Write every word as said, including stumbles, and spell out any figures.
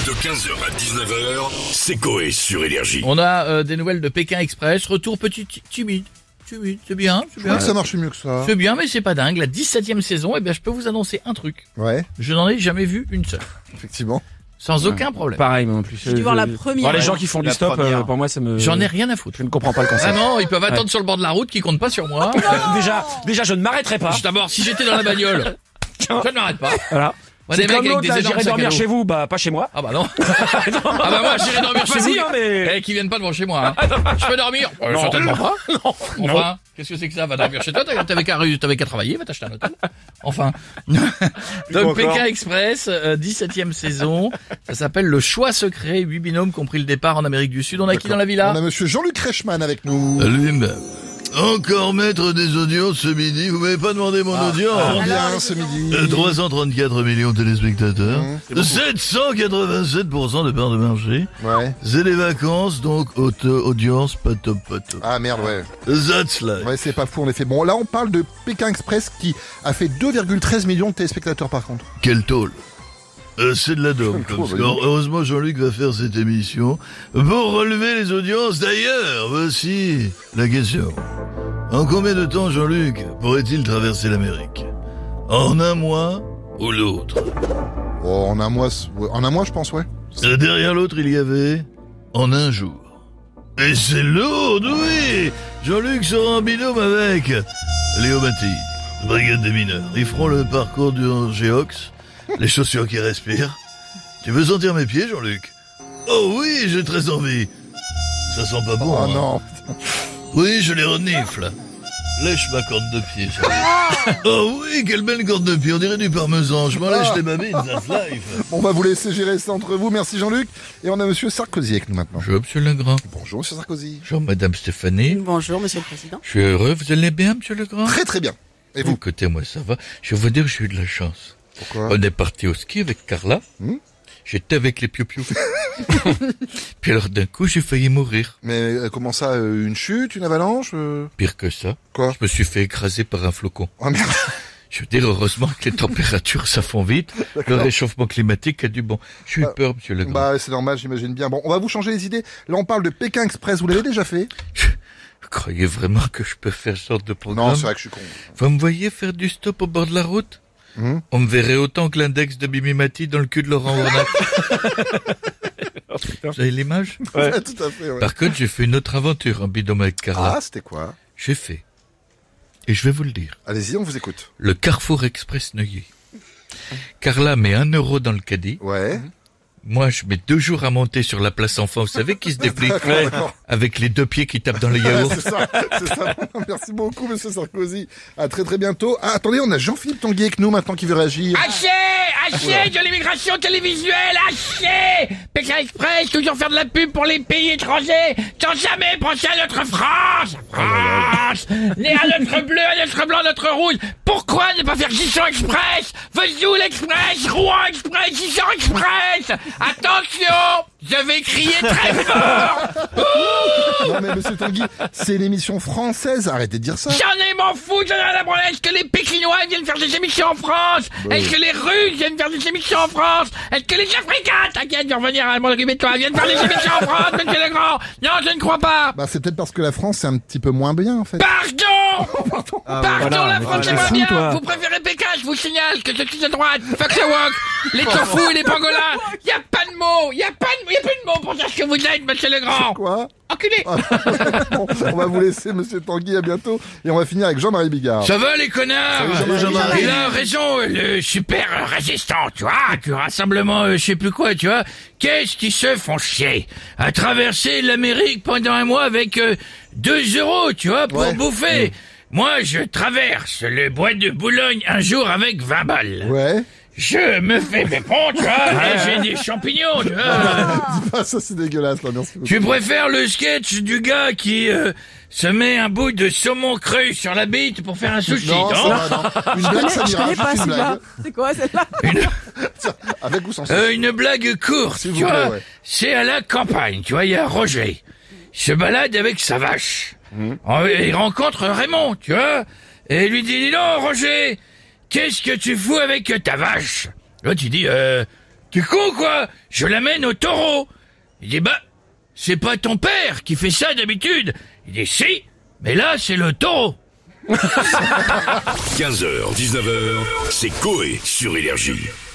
De quinze heures à dix-neuf heures, c'est Coé sur Énergie. On a euh, des nouvelles de Pékin Express. Retour petit ti- timide. Timide, c'est bien. C'est Je bien. crois que ça marche mieux que ça. C'est bien, mais c'est pas dingue. La dix-septième saison, eh bien, je peux vous annoncer un truc. Ouais, Je n'en ai jamais vu une seule. effectivement. Sans aucun problème. Pareil, moi en plus. J'ai dû voir la première. les gens qui font du La stop, première. euh, pour moi, ça me. J'en ai rien à foutre. Je ne comprends pas le concept. Vraiment, ils peuvent attendre sur le bord de la route qui compte pas sur moi. Euh, déjà, déjà, je ne m'arrêterai pas. Je- D'abord, si j'étais dans la bagnole, je ne m'arrête pas. Voilà. Moi, C'est des mecs comme avec l'autre, des là, énormes j'irai sacs à dormir dos. chez vous, bah pas chez moi. Ah bah non. Ah bah moi, j'irai dormir chez Vas-y, vous. hein, mais. Eh, qui viennent pas devant chez moi. Hein. Je peux dormir euh, Non. Certainement pas. Non. Enfin, qu'est-ce que c'est que ça? Va dormir chez toi, t'as- t'avais qu'à t'avais qu'à travailler, va t'acheter un hôtel. Enfin. Donc encore. Pékin Express, euh, dix-septième saison. Ça s'appelle Le Choix Secret. Huit binômes qui ont pris le départ en Amérique du Sud. On a qui dans la villa? On a monsieur Jean-Luc Reichmann avec nous. Salut, encore maître des audiences ce midi, vous m'avez pas demandé mon audience. Combien ce midi? Euh, trois cent trente-quatre millions de téléspectateurs, Mmh, sept cent quatre-vingt-sept pour cent de part de marché. Ouais. C'est les vacances, donc auto- audience pas top, pas top. Ah merde, ouais. That's life. Ouais, c'est pas fou en effet. Bon, là on parle de Pékin Express qui a fait deux virgule treize millions de téléspectateurs par contre. Quel tôle. Euh, c'est de la dôme, Quel comme tôle, score. dis donc. Heureusement, Jean-Luc va faire cette émission pour relever les audiences d'ailleurs. Voici la question. En combien de temps, Jean-Luc, pourrait-il traverser l'Amérique? En un mois ou l'autre? Oh, en un mois, c- ouais, en un mois je pense, ouais. Euh, Derrière l'autre, il y avait en un jour. Et c'est lourd, oui. Jean-Luc sera en binôme avec Léo Mattei, brigade des mineurs. Ils feront le parcours du Géox, les chaussures qui respirent. Tu veux sentir mes pieds, Jean-Luc? Oh oui, j'ai très envie. Ça sent pas bon, Oh hein. non. Oui, je les renifle. Lèche ma corde de pied, chérie. Oh oui, quelle belle corde de pied, on dirait du parmesan. Je m'en lèche les babines, that's life. On va vous laisser gérer ça entre vous. Merci Jean-Luc. Et on a monsieur Sarkozy avec nous maintenant. Bonjour, monsieur Legrand. Bonjour monsieur Sarkozy. Bonjour, madame Stéphanie. Bonjour, monsieur le président. Je suis heureux. Vous allez bien, monsieur Legrand? Très très bien. Et vous? Écoutez, moi, ça va. Je vais vous dire que j'ai eu de la chance. Pourquoi? On est parti au ski avec Carla. Hmm J'étais avec les piou-piou. Puis alors d'un coup, j'ai failli mourir. Mais euh, comment ça, euh, une chute, une avalanche euh Pire que ça. Quoi? Je me suis fait écraser par un flocon. Oh merde. Je veux dire, heureusement que les températures, ça fond vite. Le réchauffement climatique a du bon. J'ai eu Bah, peur, monsieur Legrand. Bah c'est normal, j'imagine bien. Bon, on va vous changer les idées. Là on parle de Pékin Express, vous l'avez déjà fait? Vous croyez vraiment que je peux faire ce genre de programme? Non, c'est vrai que je suis con. Vous me voyez faire du stop au bord de la route? Hum On me verrait autant que l'index de Mimimati dans le cul de Laurent Warnack. Vous avez l'image? Ouais, tout à fait, ouais. Par contre, j'ai fait une autre aventure en binôme avec Carla. Ah, c'était quoi? J'ai fait. Et je vais vous le dire. Allez-y, on vous écoute. Le Carrefour Express Neuilly. Carla met un euro dans le caddie. Ouais. Moi, je mets deux jours à monter sur la place enfant, vous savez, qui se déplie. D'accord, d'accord. Avec les deux pieds qui tapent dans les yaourts. C'est ça, c'est ça. Merci beaucoup, monsieur Sarkozy. À très très bientôt. Ah, attendez, on a Jean-Philippe Tanguy avec nous maintenant qui veut réagir. Haché, haché de l'immigration télévisuelle, haché. Pékin Express, toujours faire de la pub pour les pays étrangers, sans jamais penser à notre France. France, né à notre bleu, à notre blanc, à notre rouge. Pourquoi ne pas faire Gisson Express, Vesoul Express, Rouen Express, Gisson Express? Attention, je vais crier très fort. Non mais monsieur Tanguy, c'est une émission française, arrêtez de dire ça. J'en ai m'en fous, j'en ai rien à branler. Est-ce que les Pékinois viennent faire des émissions en France? Est-ce que les Russes viennent faire des émissions en France? Est-ce que les Africains, t'inquiète de revenir à mon toi viennent faire des émissions en France, monsieur Legrand? Non, je ne crois pas. Bah c'est peut-être parce que la France c'est un petit peu moins bien en fait. Pardon! Pardon, voilà, la France voilà. est moins Fou, bien. toi. Vous préférez Pékin, je vous signale que je suis de droite. Fuck the walk, les tofu et les pangolins. Y a pas de mots, y a pas de, y a plus de mots pour dire ce que vous êtes, monsieur Legrand. Quoi? Enculé. Bon, on va vous laisser monsieur Tanguy, à bientôt. Et on va finir avec Jean-Marie Bigard. Ça va, les connards? Salut, Jean-Marie. Il a raison, le super résistant, tu vois, du rassemblement, euh, je sais plus quoi, tu vois. Qu'est-ce qui se font chier à traverser l'Amérique pendant un mois avec euh, deux euros, tu vois, pour Ouais. bouffer. Moi, je traverse le bois de Boulogne un jour avec vingt balles. Ouais. Je me fais mes ponts, tu vois, et j'ai des champignons, tu vois. Dis pas ça, c'est dégueulasse là, merci beaucoup. Tu préfères le sketch du gars qui euh, se met un bout de saumon cru sur la bite pour faire un sushi, Non, non, ça va, non. Une blague, ça Je ira, connais pas juste une celui-là. blague. C'est quoi celle-là? Tiens, avec ou sans Euh, une blague courte, S'il tu vous plaît, vois. ouais. C'est à la campagne, tu vois, il y a Roger. Il se balade avec sa vache. Oh, Il rencontre Raymond, tu vois. Et il lui dit, dis donc, Roger, qu'est-ce que tu fous avec ta vache? L'autre, il dit, euh, t'es con quoi? Je l'amène au taureau. Il dit, bah, c'est pas ton père qui fait ça d'habitude. Il dit, si, mais là, c'est le taureau. quinze heures, dix-neuf heures, c'est Coé sur Énergie.